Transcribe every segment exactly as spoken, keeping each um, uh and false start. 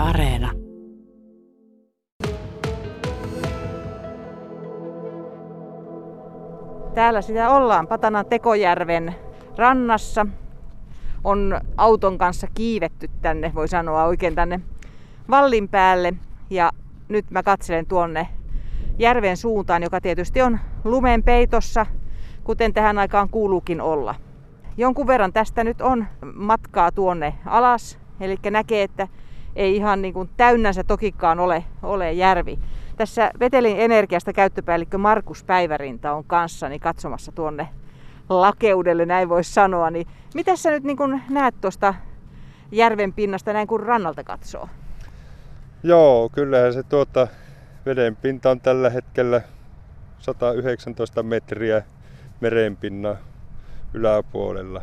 Areena. Täällä sitä ollaan Patanan Tekojärven rannassa. On auton kanssa kiivetty tänne, voi sanoa oikein tänne vallin päälle. Ja nyt mä katselen tuonne järven suuntaan, joka tietysti on lumen peitossa, kuten tähän aikaan kuuluukin olla. Jonkun verran tästä nyt on matkaa tuonne alas, eli näkee, että ei ihan niin kuin täynnänsä tokikaan ole, ole järvi. Tässä Vetelin Energiasta käyttöpäällikkö Markus Päivärinta on kanssani katsomassa tuonne lakeudelle, näin voisi sanoa. Niin mitä sä nyt niin kuin näet tuosta järven pinnasta näin kun rannalta katsoo? Joo, kyllähän se tuota, veden pinta on tällä hetkellä sata yhdeksäntoista metriä merenpinnan yläpuolella.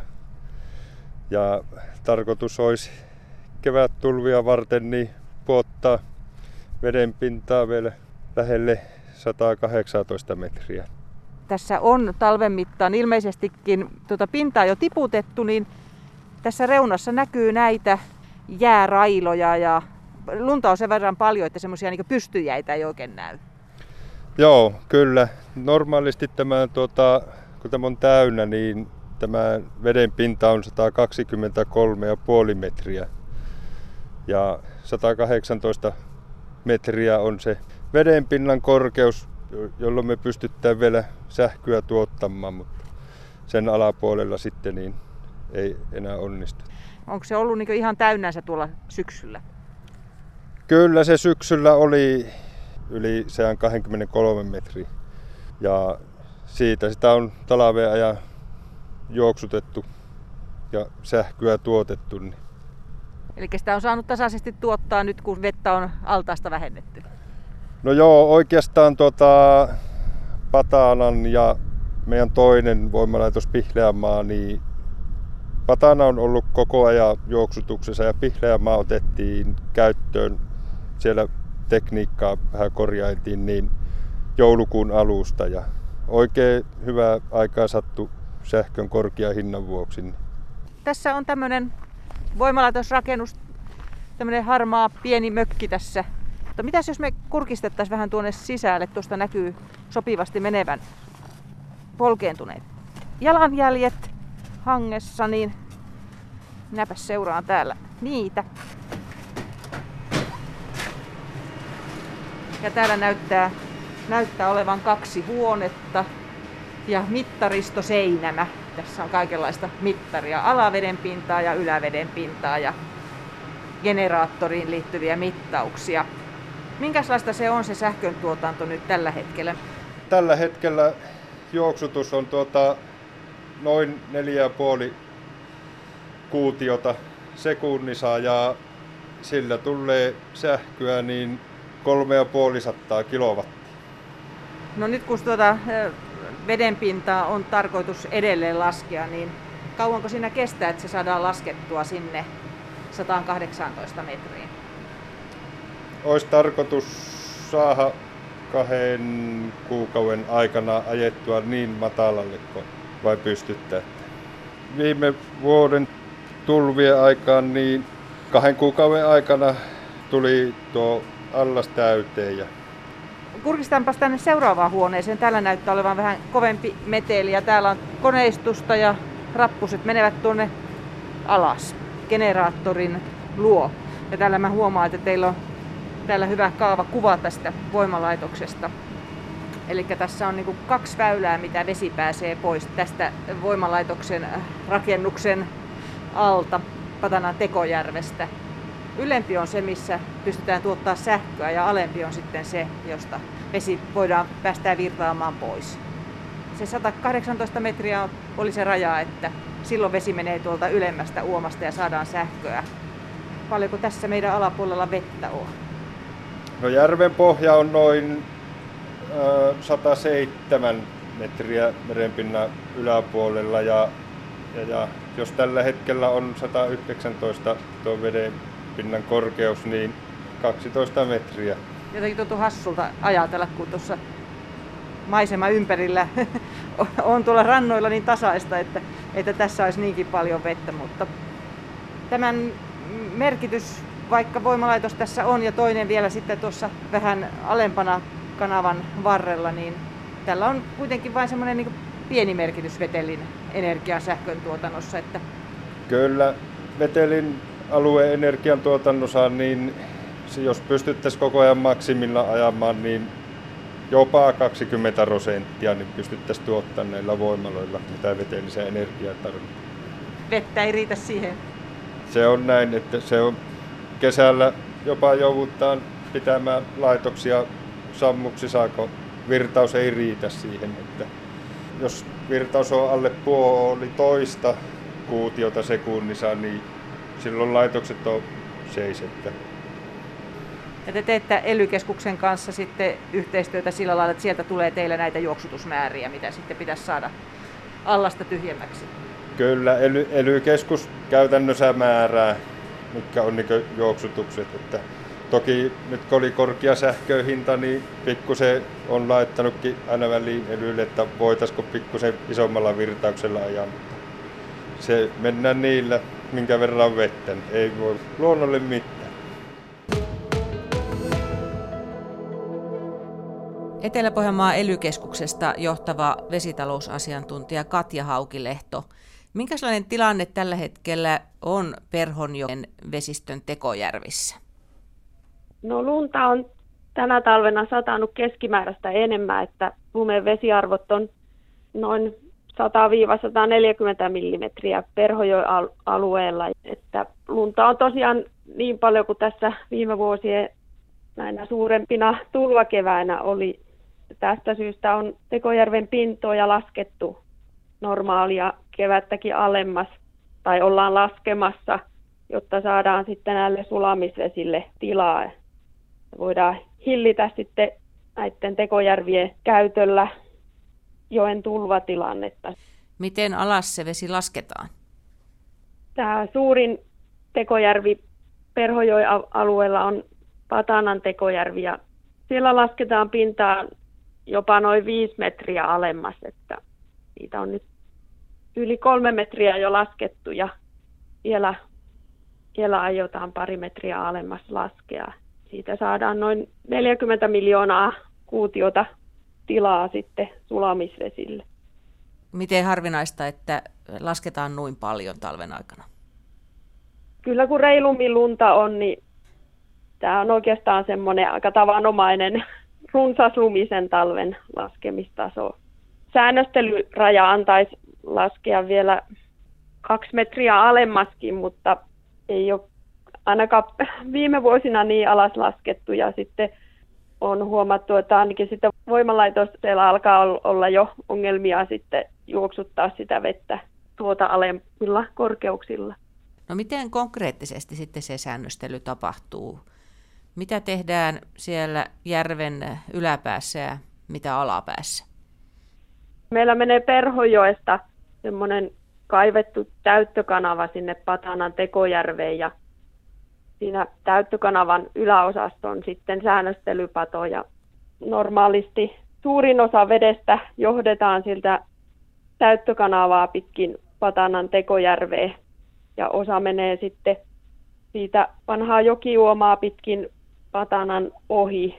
Ja tarkoitus olisi kevättulvia varten niin puottaa veden pintaa vielä lähelle sata kahdeksantoista metriä. Tässä on talven mittaan ilmeisestikin tuota pintaa jo tiputettu, niin tässä reunassa näkyy näitä jäärailoja ja lunta on sen verran paljon, että semmoisia niin pystyjäitä ei oikein näy. Joo, kyllä. Normaalisti tämä, tuota, kun tämä on täynnä, niin tämä veden pinta on sata kaksikymmentäkolme pilkku viisi metriä. Ja sata kahdeksantoista metriä on se vedenpinnan korkeus, jolloin me pystytään vielä sähköä tuottamaan, mutta sen alapuolella sitten niin ei enää onnistu. Onko se ollut niin ihan täynnänsä tuolla syksyllä? Kyllä se syksyllä oli yli sata kaksikymmentäkolme metriä ja siitä sitä on talven ajan juoksutettu ja sähköä tuotettu. Niin. Eli sitä on saanut tasaisesti tuottaa nyt, kun vettä on altaasta vähennetty? No joo, oikeastaan tuota, Patanan ja meidän toinen voimalaitos Pihlajamaa, niin Patana on ollut koko ajan juoksutuksessa ja Pihlajamaa otettiin käyttöön, siellä tekniikkaa vähän korjailtiin niin joulukuun alusta ja oikein hyvä aikaa sattui sähkön korkean hinnan vuoksi. Tässä on tämmöinen voimalaitosrakennus, tämmöinen harmaa pieni mökki tässä. Mutta mitäs jos me kurkistettaisiin vähän tuonne sisälle, tuosta näkyy sopivasti menevän polkeentuneet jalanjäljet hangessa, niin minäpäs seuraan täällä niitä. Ja täällä näyttää, näyttää olevan kaksi huonetta ja mittaristoseinämä. Tässä on kaikenlaista mittaria, alaveden pintaa ja yläveden pintaa ja generaattoriin liittyviä mittauksia. Minkälaista se on se sähköntuotanto nyt tällä hetkellä? Tällä hetkellä juoksutus on tuota noin neljä pilkku viisi kuutiota sekunnissa ja sillä tulee sähköä niin kolme pilkku viisi kilowattia. No nyt kun tuota vedenpintaa on tarkoitus edelleen laskea, niin kauanko siinä kestää, että se saadaan laskettua sinne sata kahdeksantoista metriin? Olisi tarkoitus saada kahden kuukauden aikana ajettua niin matalalle kuin vai pystyttää. Viime vuoden tulvien aikaan niin kahden kuukauden aikana tuli tuo allas täyteen. Ja kurkistetaanpas tänne seuraavaan huoneeseen. Täällä näyttää olevan vähän kovempi meteli ja täällä on koneistusta ja rappuset menevät tuonne alas generaattorin luo. Ja täällä mä huomaan, että teillä on täällä hyvä kaava kuva tästä voimalaitoksesta. Eli tässä on niinku kaksi väylää, mitä vesi pääsee pois tästä voimalaitoksen rakennuksen alta Patanan Tekojärvestä. Ylempi on se, missä pystytään tuottaa sähköä ja alempi on sitten se, josta vesi voidaan päästää virtaamaan pois. Se sata kahdeksantoista metriä oli se raja, että silloin vesi menee tuolta ylemmästä uomasta ja saadaan sähköä. Paljonko tässä meidän alapuolella vettä on? No järven pohja on noin äh, sata seitsemän metriä merenpinnan yläpuolella ja, ja, ja jos tällä hetkellä on sata yhdeksäntoista tuo vedenpinnan korkeus, niin kaksitoista metriä. Jotenkin tuntuu hassulta ajatella, kun tuossa maisema ympärillä on tuolla rannoilla niin tasaista, että, että tässä olisi niinkin paljon vettä, mutta tämän merkitys vaikka voimalaitos tässä on ja toinen vielä sitten tuossa vähän alempana kanavan varrella, niin tällä on kuitenkin vain semmoinen niin pieni merkitys Vetelin energiasähkön tuotannossa. Että... Kyllä, Vetelin alueen energiantuotannossa, niin jos pystyttäisiin koko ajan maksimilla ajamaan, niin jopa kaksikymmentä prosenttia niin pystyttäisiin tuottamaan näillä voimaloilla, mitä vetelisen energiaa tarvitaan. Vettä ei riitä siihen. Se on näin, että se on kesällä jopa joudutaan pitämään laitoksia sammuksissa, kun virtaus ei riitä siihen. Että jos virtaus on alle puoli toista kuutiota sekunnissa, niin silloin laitokset on seisettä. Ja te teette E L Y-keskuksen kanssa sitten yhteistyötä sillä lailla, että sieltä tulee teille näitä juoksutusmääriä, mitä sitten pitäisi saada allasta tyhjemmäksi. Kyllä, E L Y-keskus käytännössä määrää, mitkä on niin juoksutukset. Että toki nyt kun oli korkea sähkön hinta, niin pikkusen on laittanutkin aina väliin E L Y:lle, että voitaisiko pikkusen isommalla virtauksella ajaa. Se mennään niillä, minkä verran on vettä. Ei voi luonnolle mitään. Etelä-Pohjanmaan E L Y-keskuksesta johtava vesitalousasiantuntija Katja Haukilehto. Minkälainen tilanne tällä hetkellä on Perhonjoen vesistön Tekojärvissä? No lunta on tänä talvena satanut keskimääräistä enemmän, että lumen vesiarvot on noin sata sata neljäkymmentä millimetriä Perhojoen alueella. Että lunta on tosiaan niin paljon kuin tässä viime vuosien näinä suurempina tulvakeväinä oli. Tästä syystä on Tekojärven pintoja laskettu normaalia kevättäkin alemmas, tai ollaan laskemassa, jotta saadaan sitten näille sulamisvesille tilaa. Voidaan hillitä sitten näiden tekojärvien käytöllä joen tulvatilannetta. Miten alas se vesi lasketaan? Tämä suurin tekojärvi Perhojoen alueella on Patanan tekojärvi, ja siellä lasketaan pintaa jopa noin viisi metriä alemmas, että siitä on nyt yli kolme metriä jo laskettu ja vielä, vielä aiotaan pari metriä alemmas laskea. Siitä saadaan noin neljäkymmentä miljoonaa kuutiota tilaa sitten sulamisvesille. Miten harvinaista, että lasketaan noin paljon talven aikana? Kyllä kun reilummin lunta on, niin tämä on oikeastaan semmoinen aika tavanomainen runsaslumisen talven laskemistaso. Säännöstelyraja antaisi laskea vielä kaksi metriä alemmaskin, mutta ei ole ainakaan viime vuosina niin alas laskettu. Ja sitten on huomattu, että ainakin sitten voimalaitoksella alkaa olla jo ongelmia sitten juoksuttaa sitä vettä tuota alemmilla korkeuksilla. No miten konkreettisesti sitten se säännöstely tapahtuu? Mitä tehdään siellä järven yläpäässä ja mitä alapäässä? Meillä menee Perhojoesta semmoinen kaivettu täyttökanava sinne Patanan Tekojärveen, ja siinä täyttökanavan yläosassa on sitten säännöstelypato, ja normaalisti suurin osa vedestä johdetaan siltä täyttökanavaa pitkin Patanan Tekojärveen, ja osa menee sitten siitä vanhaa jokiuomaa pitkin Patanan ohi.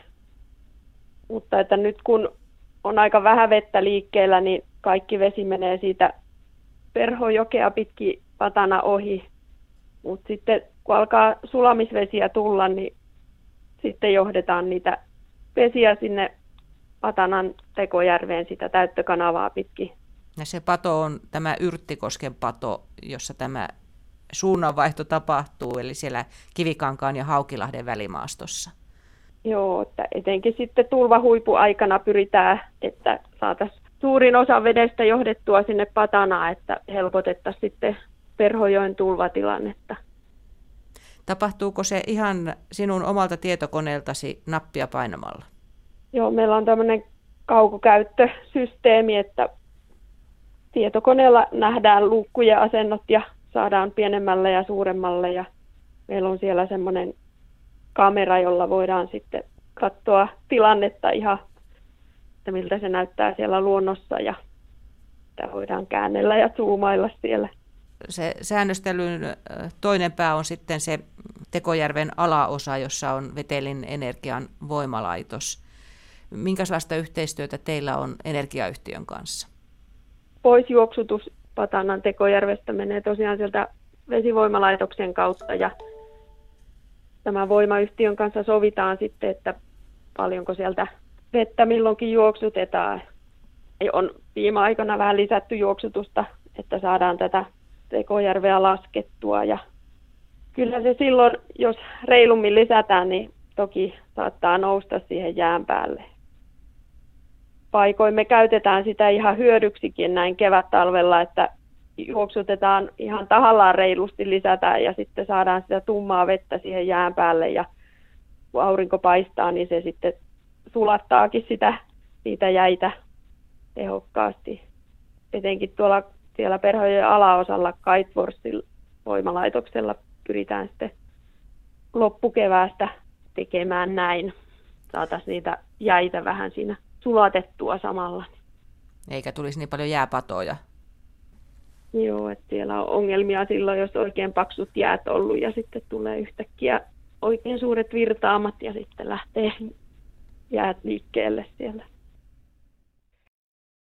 Mutta että nyt kun on aika vähän vettä liikkeellä, niin kaikki vesi menee siitä Perhojokea pitkin Patana ohi. Mutta sitten kun alkaa sulamisvesiä tulla, niin sitten johdetaan niitä vesiä sinne Patanan Tekojärveen sitä täyttökanavaa pitkin. Ja se pato on tämä Yrttikosken pato, jossa tämä suunnanvaihto tapahtuu, eli siellä Kivikankaan ja Haukilahden välimaastossa. Joo, että etenkin sitten tulvahuipuaikana pyritään, että saataisiin suurin osa vedestä johdettua sinne Patanaan, että helpotettaisiin sitten Perhojoen tulvatilannetta. Tapahtuuko se ihan sinun omalta tietokoneeltasi nappia painamalla? Joo, meillä on tämmöinen kaukokäyttösysteemi, että tietokoneella nähdään luukkujen asennot ja saadaan pienemmälle ja suuremmalle, ja meillä on siellä semmoinen kamera, jolla voidaan sitten katsoa tilannetta ihan, että miltä se näyttää siellä luonnossa, ja sitä voidaan käännellä ja zoomailla siellä. se säännöstelyn toinen pää on sitten se Tekojärven alaosa, jossa on Vetelin Energian voimalaitos. Minkälaista yhteistyötä teillä on energiayhtiön kanssa? Poisjuoksutus Patanan Tekojärvestä menee tosiaan sieltä vesivoimalaitoksen kautta ja tämän voimayhtiön kanssa sovitaan sitten, että paljonko sieltä vettä milloinkin juoksutetaan. On viime aikana vähän lisätty juoksutusta, että saadaan tätä Tekojärveä laskettua. Ja kyllä se silloin, jos reilummin lisätään, niin toki saattaa nousta siihen jään päälle. Paikoin me käytetään sitä ihan hyödyksikin näin kevät-talvella, että juoksutetaan ihan tahallaan reilusti lisätään ja sitten saadaan sitä tummaa vettä siihen jään päälle ja kun aurinko paistaa, niin se sitten sulattaakin sitä, niitä jäitä tehokkaasti. Etenkin tuolla siellä Perhojen alaosalla Kaitvorsin voimalaitoksella pyritään sitten loppukeväästä tekemään näin. Saataisiin niitä jäitä vähän siinä sulatettua samalla. Eikä tulisi niin paljon jääpatoja. Joo, että siellä on ongelmia silloin, jos oikein paksut jäät ollut ja sitten tulee yhtäkkiä oikein suuret virtaamat ja sitten lähtee jäät liikkeelle siellä.